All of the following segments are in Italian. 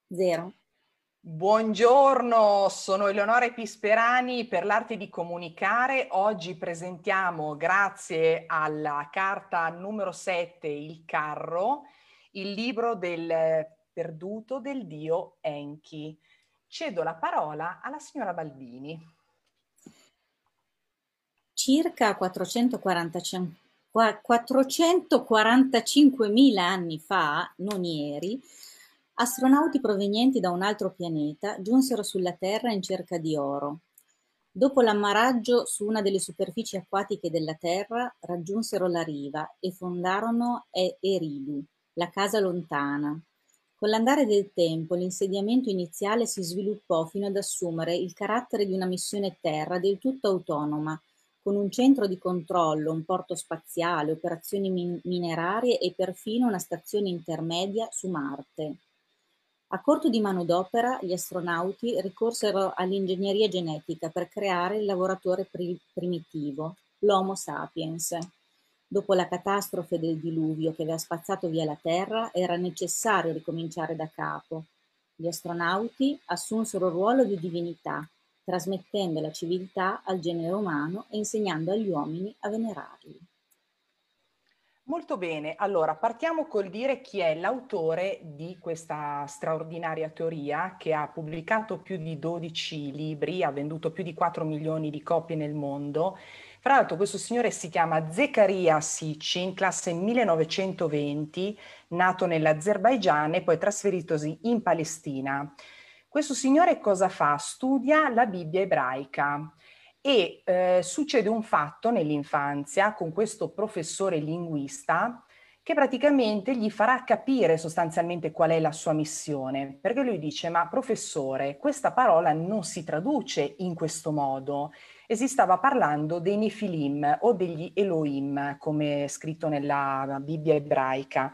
Zero. Buongiorno, sono Eleonora Pisperani per l'arte di comunicare. Oggi presentiamo, grazie alla carta numero 7, Il carro, il libro del perduto del dio Enki. Cedo la parola alla signora Baldini. Circa 445.000 anni fa, non ieri, astronauti provenienti da un altro pianeta giunsero sulla Terra in cerca di oro. Dopo l'ammaraggio su una delle superfici acquatiche della Terra, raggiunsero la riva e fondarono Eridu, la casa lontana. Con l'andare del tempo, l'insediamento iniziale si sviluppò fino ad assumere il carattere di una missione terra del tutto autonoma, con un centro di controllo, un porto spaziale, operazioni minerarie e perfino una stazione intermedia su Marte. A corto di manodopera, gli astronauti ricorsero all'ingegneria genetica per creare il lavoratore primitivo, l'Homo sapiens. Dopo la catastrofe del diluvio che aveva spazzato via la Terra, era necessario ricominciare da capo. Gli astronauti assunsero il ruolo di divinità, trasmettendo la civiltà al genere umano e insegnando agli uomini a venerarli. Molto bene, allora partiamo col dire chi è l'autore di questa straordinaria teoria che ha pubblicato più di 12 libri, ha venduto più di 4 milioni di copie nel mondo. Fra l'altro questo signore si chiama Zaccaria Sitchin, classe 1920, nato nell'Azerbaigian e poi trasferitosi in Palestina. Questo signore cosa fa? Studia la Bibbia ebraica. E succede un fatto nell'infanzia con questo professore linguista che praticamente gli farà capire sostanzialmente qual è la sua missione, perché lui dice: ma professore, questa parola non si traduce in questo modo. E si stava parlando dei Nefilim o degli Elohim, come è scritto nella Bibbia ebraica.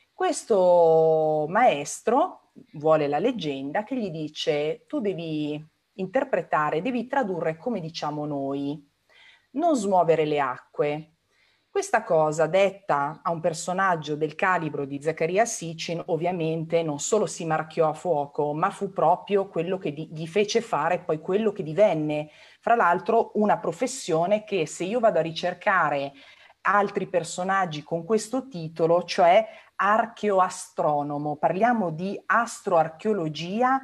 Questo maestro vuole la leggenda che gli dice: tu devi interpretare, devi tradurre come diciamo noi, non smuovere le acque. Questa cosa detta a un personaggio del calibro di Zaccaria Sitchin ovviamente non solo si marchiò a fuoco, ma fu proprio quello che gli fece fare poi quello che divenne, fra l'altro, una professione che, se io vado a ricercare altri personaggi con questo titolo, cioè archeoastronomo, parliamo di astroarcheologia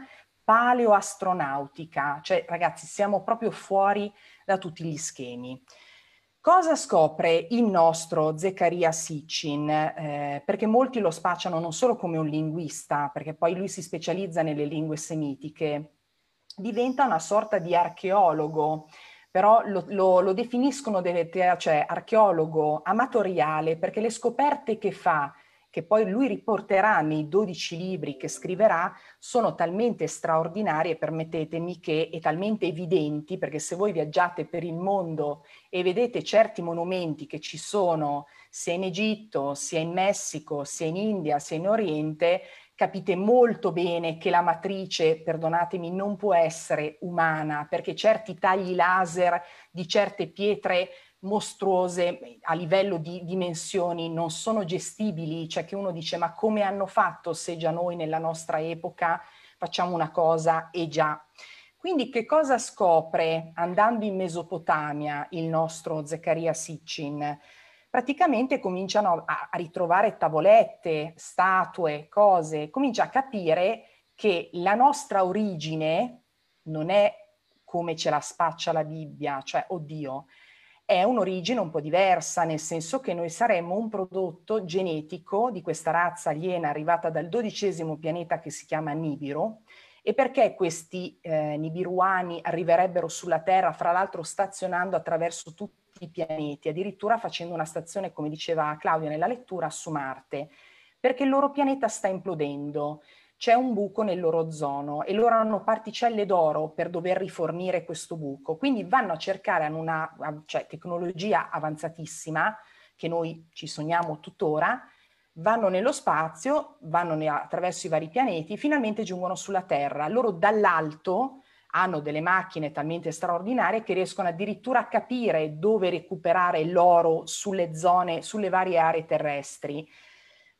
paleoastronautica, cioè ragazzi siamo proprio fuori da tutti gli schemi. Cosa scopre il nostro Zaccaria Sitchin? Perché molti lo spacciano non solo come un linguista, perché poi lui si specializza nelle lingue semitiche, diventa una sorta di archeologo, però lo definiscono cioè archeologo amatoriale perché le scoperte che fa, che poi lui riporterà nei 12 libri che scriverà, sono talmente straordinarie, permettetemi, che e talmente evidenti, perché se voi viaggiate per il mondo e vedete certi monumenti che ci sono sia in Egitto, sia in Messico, sia in India, sia in Oriente, capite molto bene che la matrice, perdonatemi, non può essere umana, perché certi tagli laser di certe pietre mostruose a livello di dimensioni non sono gestibili, cioè che uno dice: ma come hanno fatto se già noi nella nostra epoca facciamo una cosa e già. Quindi che cosa scopre andando in Mesopotamia il nostro Zaccaria Sitchin? Praticamente cominciano a ritrovare tavolette, statue, cose, comincia a capire che la nostra origine non è come ce la spaccia la Bibbia, cioè, oddio, è un'origine un po' diversa, nel senso che noi saremmo un prodotto genetico di questa razza aliena arrivata dal 12° pianeta che si chiama Nibiru. E perché questi nibiruani arriverebbero sulla Terra, fra l'altro stazionando attraverso tutti i pianeti, addirittura facendo una stazione, come diceva Claudio nella lettura, su Marte? Perché il loro pianeta sta implodendo, c'è un buco nel loro ozono e loro hanno particelle d'oro per dover rifornire questo buco. Quindi vanno a cercare una tecnologia avanzatissima, che noi ci sogniamo tuttora, vanno nello spazio, attraverso i vari pianeti, finalmente giungono sulla Terra. Loro dall'alto hanno delle macchine talmente straordinarie che riescono addirittura a capire dove recuperare l'oro sulle zone, sulle varie aree terrestri.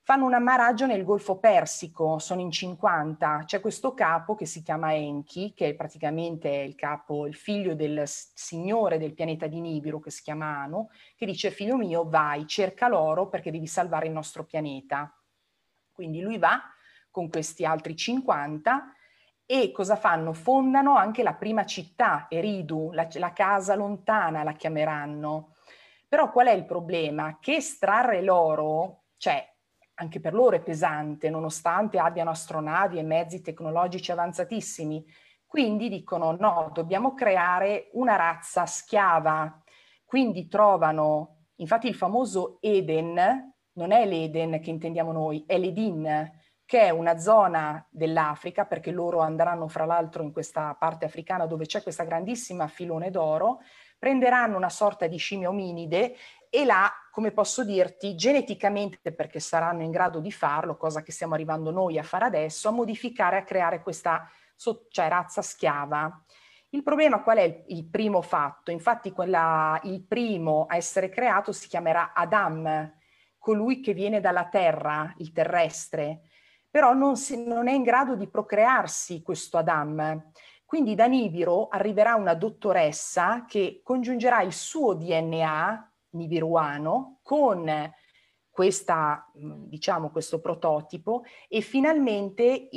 fanno un ammaraggio nel Golfo Persico, sono in 50, c'è questo capo che si chiama Enki, che è praticamente il capo, il figlio del signore del pianeta di Nibiru, che si chiama Anu, che dice: figlio mio, vai, cerca l'oro perché devi salvare il nostro pianeta. Quindi lui va con questi altri 50 e cosa fanno? Fondano anche la prima città, Eridu, la casa lontana la chiameranno. Però qual è il problema? Che estrarre l'oro, cioè anche per loro è pesante, nonostante abbiano astronavi e mezzi tecnologici avanzatissimi. Quindi dicono: no, dobbiamo creare una razza schiava. Quindi trovano, infatti il famoso Eden, non è l'Eden che intendiamo noi, è l'Edin, che è una zona dell'Africa, perché loro andranno fra l'altro in questa parte africana dove c'è questa grandissima filone d'oro, prenderanno una sorta di scimmia ominide e là, come posso dirti, geneticamente, perché saranno in grado di farlo, cosa che stiamo arrivando noi a fare adesso, a modificare, a creare questa cioè, razza schiava. Il problema qual è il primo fatto? Infatti il primo a essere creato si chiamerà Adam, colui che viene dalla terra, il terrestre, però non è in grado di procrearsi questo Adam. Quindi da Nibiru arriverà una dottoressa che congiungerà il suo DNA nibiruano con diciamo, questo prototipo e finalmente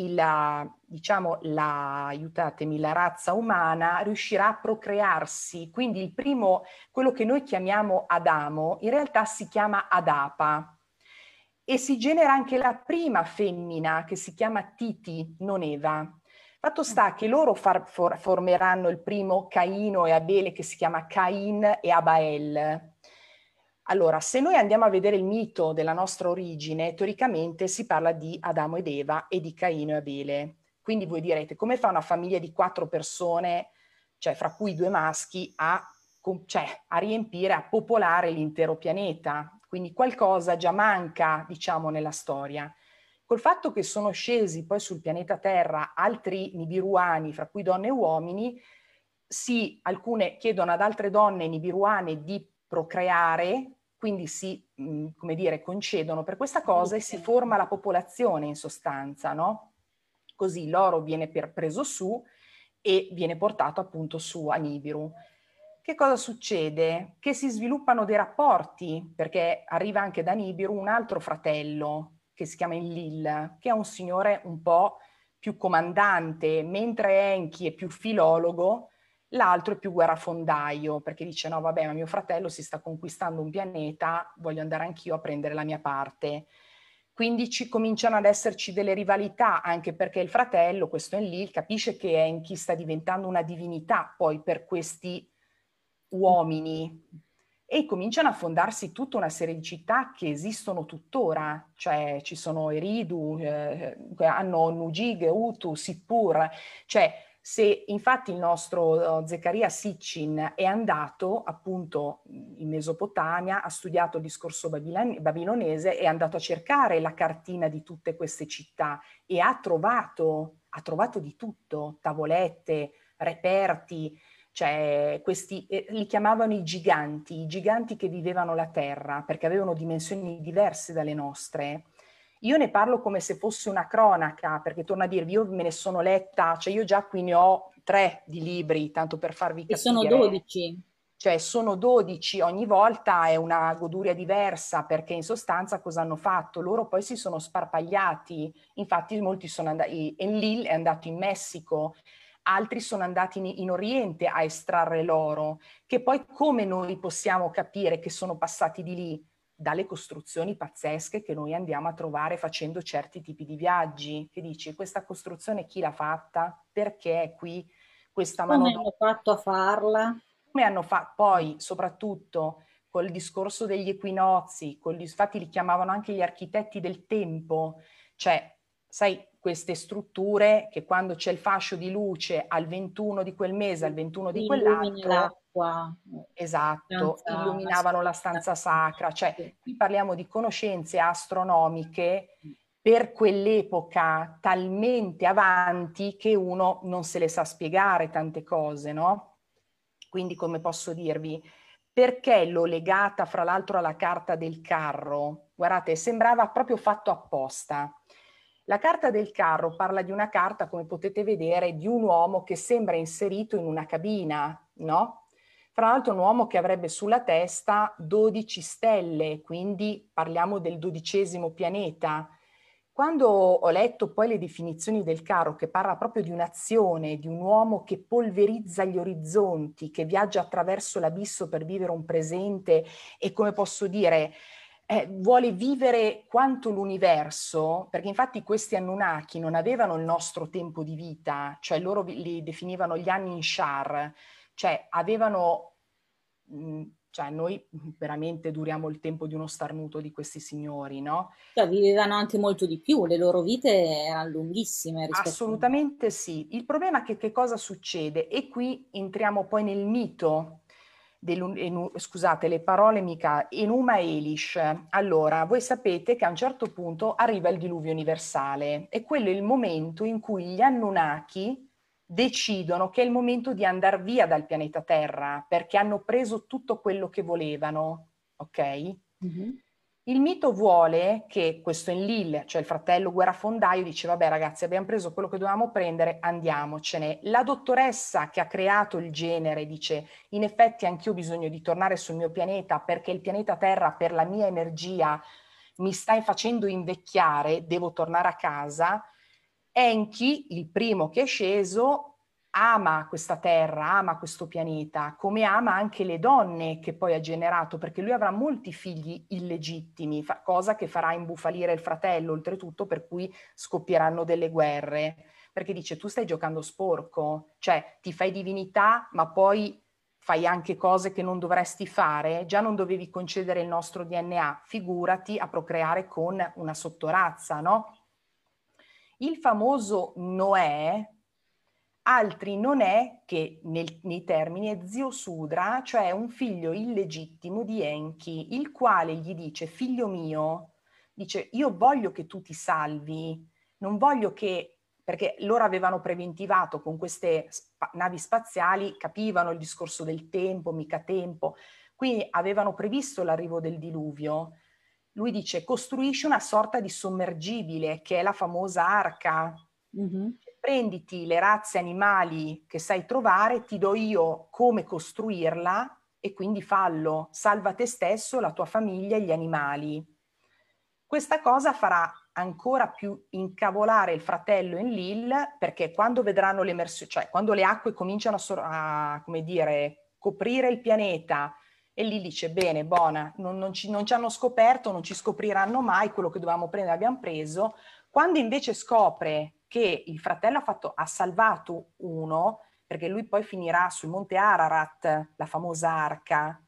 aiutatemi, la razza umana riuscirà a procrearsi. Quindi quello che noi chiamiamo Adamo, in realtà si chiama Adapa. E si genera anche la prima femmina che si chiama Titi, non Eva. Fatto sta che loro formeranno il primo Caino e Abele che si chiama Cain e Abael. Allora, se noi andiamo a vedere il mito della nostra origine, teoricamente si parla di Adamo ed Eva e di Caino e Abele. Quindi voi direte, come fa una famiglia di 4 persone, cioè fra cui 2 maschi, a riempire, a popolare l'intero pianeta? Quindi qualcosa già manca, diciamo, nella storia. Col fatto che sono scesi poi sul pianeta Terra altri nibiruani, fra cui donne e uomini, sì, alcune chiedono ad altre donne nibiruane di procreare, quindi come dire, concedono per questa cosa e si forma la popolazione in sostanza, no? Così l'oro viene preso su e viene portato appunto su a Nibiru. Che cosa succede? Che si sviluppano dei rapporti, perché arriva anche da Nibiru un altro fratello che si chiama Enlil, che è un signore un po' più comandante, mentre Enki è più filologo, l'altro è più guerrafondaio, perché dice: no vabbè, ma mio fratello si sta conquistando un pianeta, voglio andare anch'io a prendere la mia parte. Quindi cominciano ad esserci delle rivalità, anche perché il fratello, questo Enlil, capisce che Enki sta diventando una divinità poi per questi uomini e cominciano a fondarsi tutta una serie di città che esistono tuttora, cioè ci sono Eridu, hanno Nujig, Utu, Sippur, cioè se infatti il nostro Zaccaria Sitchin è andato appunto in Mesopotamia, ha studiato il discorso babilonese, è andato a cercare la cartina di tutte queste città e ha trovato di tutto, tavolette, reperti, cioè li chiamavano i giganti che vivevano la terra, perché avevano dimensioni diverse dalle nostre. Io ne parlo come se fosse una cronaca, perché torno a dirvi, io me ne sono letta, cioè io già qui ne ho 3 di libri, tanto per farvi capire. E sono 12. Cioè sono 12, ogni volta è una goduria diversa, perché in sostanza cosa hanno fatto? Loro poi si sono sparpagliati, infatti molti sono andati, Enlil è andato in Messico, altri sono andati in Oriente a estrarre l'oro, che poi come noi possiamo capire che sono passati di lì? Dalle costruzioni pazzesche che noi andiamo a trovare facendo certi tipi di viaggi, che dici: questa costruzione chi l'ha fatta? Perché è qui questa Come manodopera? hanno fatto a farla? Come hanno fatto poi, soprattutto col discorso degli equinozi, infatti li chiamavano anche gli architetti del tempo, cioè, sai, queste strutture che quando c'è il fascio di luce al 21 di quel mese, al 21 di Illumina quell'altro, l'acqua, esatto, stanza illuminavano la nascosta. stanza sacra, cioè qui parliamo di conoscenze astronomiche per quell'epoca talmente avanti che uno non se le sa spiegare tante cose, no? Quindi come posso dirvi, perché l'ho legata fra l'altro alla carta del carro? guardate, sembrava proprio fatto apposta. La carta del carro parla di una carta, come potete vedere, di un uomo che sembra inserito in una cabina, no? Fra l'altro un uomo che avrebbe sulla testa 12 stelle, quindi parliamo del 12° pianeta. Quando ho letto poi le definizioni del carro, che parla proprio di un'azione, di un uomo che polverizza gli orizzonti, che viaggia attraverso l'abisso per vivere un presente e, come posso dire, vuole vivere quanto l'universo, perché infatti questi Anunnaki non avevano il nostro tempo di vita, cioè loro li definivano gli anni in Shar, cioè avevano, cioè noi veramente duriamo il tempo di uno starnuto di questi signori, no? Cioè, vivevano anche molto di più, le loro vite erano lunghissime rispetto a noi. Assolutamente sì. Il problema è che cosa succede? E qui entriamo poi nel mito scusate, le parole mica, Enuma Elish. Allora, voi sapete che a un certo punto arriva il diluvio universale e quello è il momento in cui gli Anunnaki decidono che è il momento di andare via dal pianeta Terra perché hanno preso tutto quello che volevano, ok? Mhm. Il mito vuole che questo Enlil, cioè il fratello guerrafondaio, dice vabbè ragazzi abbiamo preso quello che dovevamo prendere, andiamocene. La dottoressa che ha creato il genere dice in effetti anch'io ho bisogno di tornare sul mio pianeta perché il pianeta Terra per la mia energia mi sta facendo invecchiare, devo tornare a casa. Enki, il primo che è sceso, ama questa terra, ama questo pianeta, come ama anche le donne che poi ha generato, perché lui avrà molti figli illegittimi, cosa che farà imbufalire il fratello, oltretutto, per cui scoppieranno delle guerre. Perché dice, tu stai giocando sporco, cioè ti fai divinità, ma poi fai anche cose che non dovresti fare, già non dovevi concedere il nostro DNA, figurati a procreare con una sottorazza, no? Il famoso Noè, altri non è che nei termini è zio Sudra, cioè un figlio illegittimo di Enki, il quale gli dice, figlio mio, dice, io voglio che tu ti salvi, non voglio che, perché loro avevano preventivato con queste navi spaziali, capivano il discorso del tempo, mica tempo, quindi avevano previsto l'arrivo del diluvio. Lui dice, costruisci una sorta di sommergibile, che è la famosa arca. Mhm. Prenditi le razze animali che sai trovare, ti do io come costruirla e quindi fallo, salva te stesso, la tua famiglia e gli animali. Questa cosa farà ancora più incavolare il fratello Enlil perché quando vedranno l'emersione, cioè quando le acque cominciano come dire, coprire il pianeta e lì dice bene, buona, non ci hanno scoperto, non ci scopriranno mai, quello che dovevamo prendere abbiamo preso. Quando invece scopre che il fratello ha salvato uno, perché lui poi finirà sul monte Ararat, la famosa arca,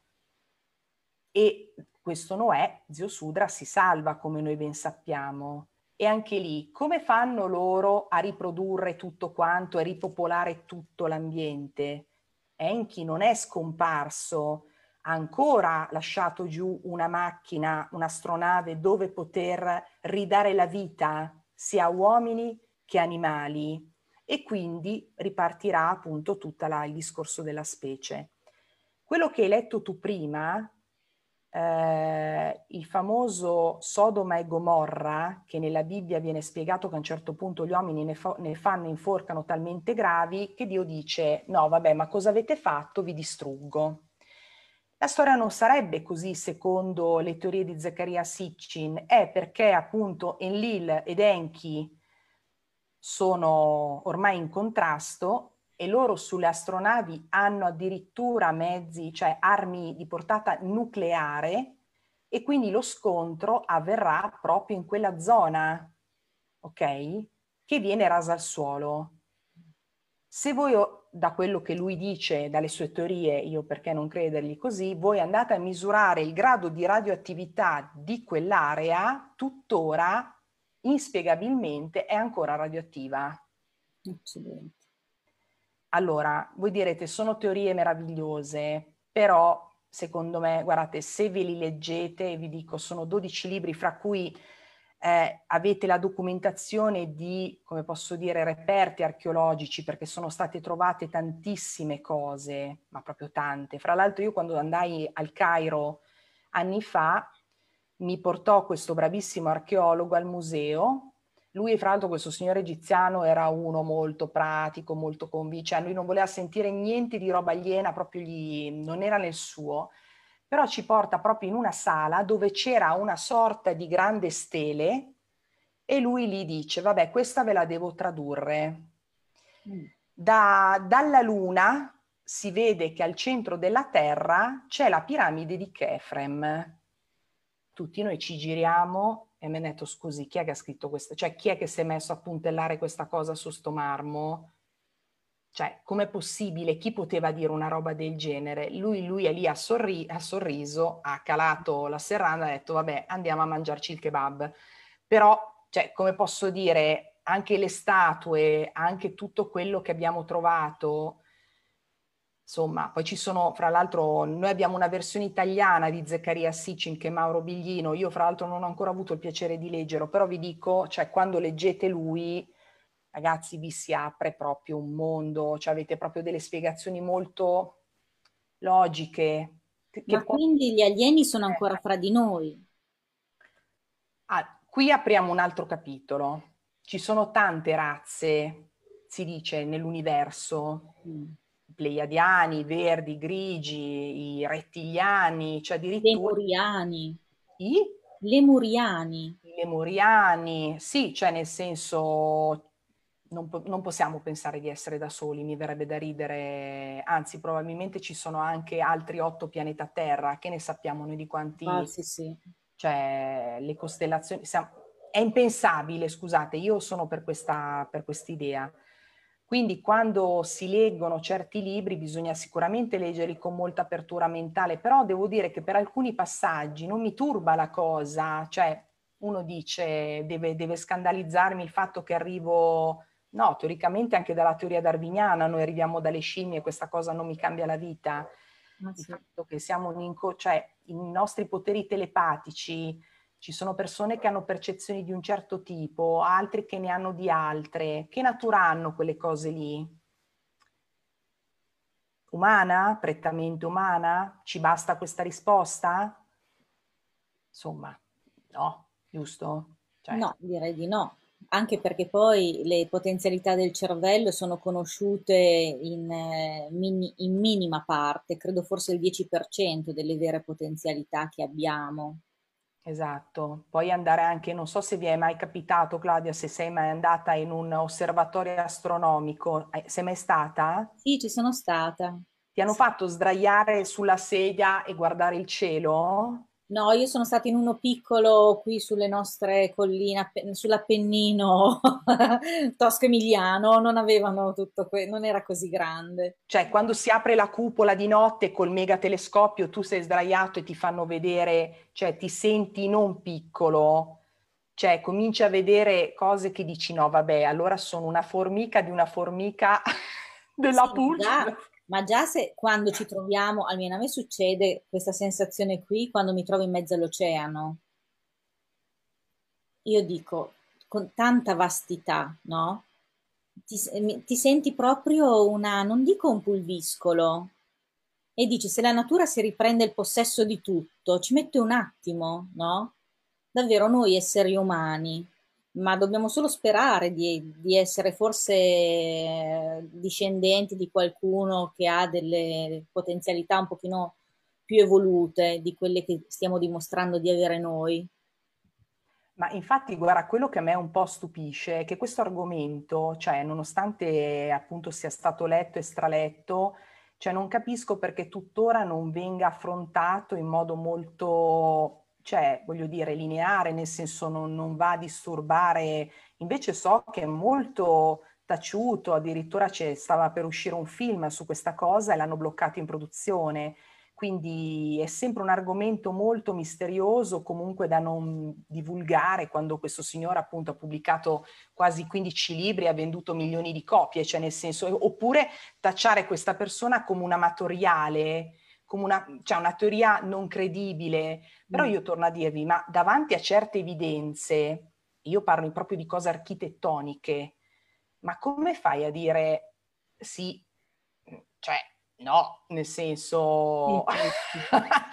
e questo Noè, zio Sudra, si salva come noi ben sappiamo. E anche lì, come fanno loro a riprodurre tutto quanto e ripopolare tutto l'ambiente? Enki non è scomparso, ha ancora lasciato giù una macchina, un'astronave dove poter ridare la vita sia a uomini che animali e quindi ripartirà appunto tutto il discorso della specie. Quello che hai letto tu prima, il famoso Sodoma e Gomorra, che nella Bibbia viene spiegato che a un certo punto gli uomini ne fanno, inforcano talmente gravi che Dio dice no vabbè ma cosa avete fatto? Vi distruggo. La storia non sarebbe così secondo le teorie di Zaccaria Sitchin, è perché appunto Enlil ed Enki sono ormai in contrasto e loro sulle astronavi hanno addirittura mezzi, cioè armi di portata nucleare e quindi lo scontro avverrà proprio in quella zona, ok? Che viene rasa al suolo. Se voi, da quello che lui dice, dalle sue teorie, io perché non credergli così, voi andate a misurare il grado di radioattività di quell'area, tuttora, inspiegabilmente, è ancora radioattiva. Accidenti. Allora, voi direte, sono teorie meravigliose, però secondo me, guardate, se ve li leggete, vi dico, sono 12 libri, fra cui avete la documentazione di, come posso dire, reperti archeologici, perché sono state trovate tantissime cose, ma proprio tante. Fra l'altro io quando andai al Cairo anni fa, mi portò questo bravissimo archeologo al museo. Lui, fra l'altro, questo signore egiziano era uno molto pratico, molto convincente, lui non voleva sentire niente di roba aliena, proprio non era nel suo, però ci porta proprio in una sala dove c'era una sorta di grande stele e lui lì dice, vabbè, questa ve la devo tradurre. Dalla Luna si vede che al centro della Terra c'è la piramide di Chefrem. Tutti noi ci giriamo e mi ha detto, scusi, chi è che ha scritto questo? Cioè, chi è che si è messo a puntellare questa cosa su sto marmo? Cioè, com'è possibile? Chi poteva dire una roba del genere? Lui è lì, ha sorriso, ha calato la serranda e ha detto, vabbè, andiamo a mangiarci il kebab. Però, cioè, come posso dire, anche le statue, anche tutto quello che abbiamo trovato, insomma, poi ci sono, fra l'altro, noi abbiamo una versione italiana di Zaccaria Sitchin che è Mauro Biglino, io fra l'altro non ho ancora avuto il piacere di leggerlo, però vi dico, cioè, quando leggete lui, ragazzi, vi si apre proprio un mondo, cioè avete proprio delle spiegazioni molto logiche. Ma quindi gli alieni sono ancora fra di noi? Qui apriamo un altro capitolo. Ci sono tante razze, si dice, nell'universo. I pleiadiani, i verdi, i grigi, i rettiliani, cioè addirittura Lemuriani. i Lemuriani. lemuriani. Sì, cioè nel senso non possiamo pensare di essere da soli, mi verrebbe da ridere, anzi probabilmente ci sono anche altri 8 pianeta Terra, che ne sappiamo noi di Ah, quanti, sì, sì. cioè le costellazioni, è impensabile, scusate, io sono per quest'idea. Quindi quando si leggono certi libri bisogna sicuramente leggerli con molta apertura mentale, però devo dire che per alcuni passaggi non mi turba la cosa, cioè uno dice deve scandalizzarmi il fatto che arrivo, no, teoricamente anche dalla teoria darwiniana noi arriviamo dalle scimmie, questa cosa non mi cambia la vita. Ah, Il sì. fatto che siamo cioè i nostri poteri telepatici, ci sono persone che hanno percezioni di un certo tipo, altri che ne hanno di altre. Che natura hanno quelle cose lì? Umana? Prettamente umana? Ci basta questa risposta? Insomma, no, giusto? Cioè, No, direi di no, anche perché poi le potenzialità del cervello sono conosciute in minima parte, credo forse il 10% delle vere potenzialità che abbiamo. esatto. Poi andare anche, non so se vi è mai capitato, Claudia, se sei mai andata in un osservatorio astronomico, sei mai stata? Sì, ci sono stata. Ti hanno Sì. fatto sdraiare sulla sedia e guardare il cielo? No, io sono stata in uno piccolo qui sulle nostre colline, sull'Appennino tosco-emiliano, non avevano non era così grande. Cioè, quando si apre la cupola di notte col megatelescopio, tu sei sdraiato e ti fanno vedere, cioè ti senti non piccolo, cioè cominci a vedere cose che dici no, vabbè, allora sono una formica di una formica della Sì, pulce. ma già se quando ci troviamo, almeno a me succede questa sensazione qui quando mi trovo in mezzo all'oceano. Io dico, con tanta vastità, no? Ti senti proprio non dico un pulviscolo, e dici, se la natura si riprende il possesso di tutto, ci mette un attimo, no? Davvero noi esseri umani, ma dobbiamo solo sperare di essere forse discendenti di qualcuno che ha delle potenzialità un pochino più evolute di quelle che stiamo dimostrando di avere noi. Ma infatti, guarda, quello che a me un po' stupisce è che questo argomento, cioè, nonostante appunto sia stato letto e straletto, cioè non capisco perché tuttora non venga affrontato in modo molto, cioè, voglio dire, lineare, nel senso non va a disturbare. Invece so che è molto taciuto, addirittura stava per uscire un film su questa cosa e l'hanno bloccato in produzione. Quindi è sempre un argomento molto misterioso, comunque da non divulgare, quando questo signore appunto ha pubblicato quasi 15 libri e ha venduto milioni di copie, cioè nel senso, oppure tacciare questa persona come un amatoriale, come cioè una teoria non credibile. Però Mm. io torno a dirvi, ma davanti a certe evidenze, io parlo proprio di cose architettoniche, ma come fai a dire sì, cioè no, nel senso, Infatti.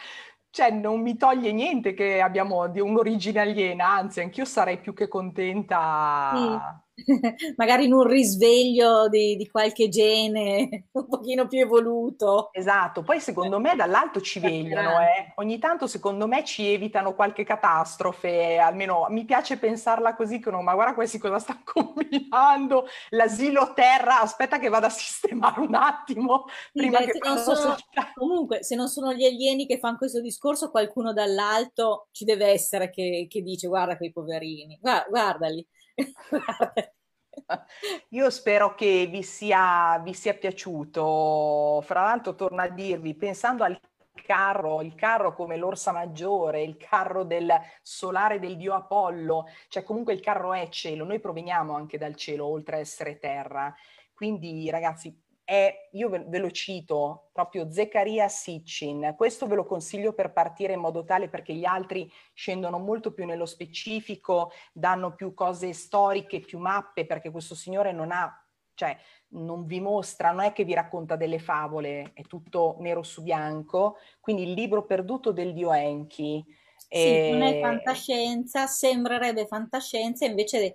Cioè, non mi toglie niente che abbiamo di un'origine aliena, anzi, anch'io sarei più che Sì. contenta. Magari in un risveglio di qualche gene un pochino più evoluto. Esatto, poi secondo me dall'alto ci vegliano, Speranza. ogni tanto secondo me ci evitano qualche catastrofe, almeno mi piace pensarla così, che no, ma guarda questi cosa stanno combinando, l'asilo terra, aspetta che vado a sistemare un attimo Sì, prima beh, che se non vado a sono, saltare. comunque, se non sono gli alieni che fanno questo discorso, qualcuno dall'alto ci deve essere che dice guarda quei poverini, guardali. Guardali. Io spero che vi sia piaciuto. Fra l'altro, torno a dirvi, pensando al carro, il carro come l'Orsa Maggiore, il carro del solare del dio Apollo, cioè comunque il carro è cielo, noi proveniamo anche dal cielo, oltre a essere terra. Quindi, ragazzi, io ve lo cito, proprio Zaccaria Sitchin. Questo ve lo consiglio per partire in modo tale perché gli altri scendono molto più nello specifico, danno più cose storiche, più mappe, perché questo signore non ha, cioè non vi mostra, non è che vi racconta delle favole, è tutto nero su bianco. Quindi il libro perduto del dio Enki. Sì, non è E... fantascienza, sembrerebbe fantascienza, invece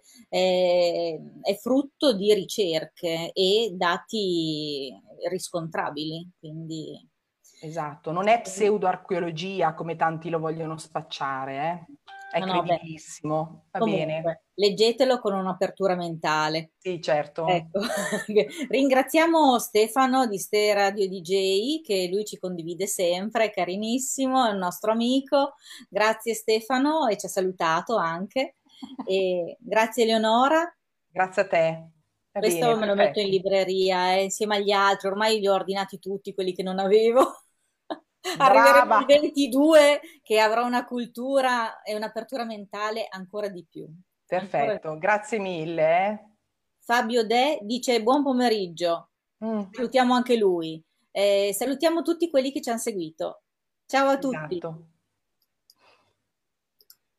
è frutto di ricerche e dati riscontrabili, quindi Esatto, non è pseudoarcheologia come tanti lo vogliono spacciare, eh? È no, no, beh, credibilissimo, va bene. comunque, leggetelo con un'apertura mentale. Sì, certo. Ecco, ringraziamo Stefano di Ste Radio DJ che lui ci condivide sempre, è carinissimo, è un nostro amico. Grazie Stefano e ci ha salutato anche. E grazie Eleonora. Grazie a te. Va Questo bene, me lo metto in perfetto. libreria, insieme agli altri, ormai li ho ordinati tutti quelli che non avevo. Arriveremo Brava, al 22 che avrò una cultura e un'apertura mentale ancora di più. Ancora. perfetto, grazie mille. Fabio De dice buon pomeriggio. Mm, Salutiamo anche lui. Salutiamo tutti quelli che ci hanno seguito. Ciao a tutti. esatto.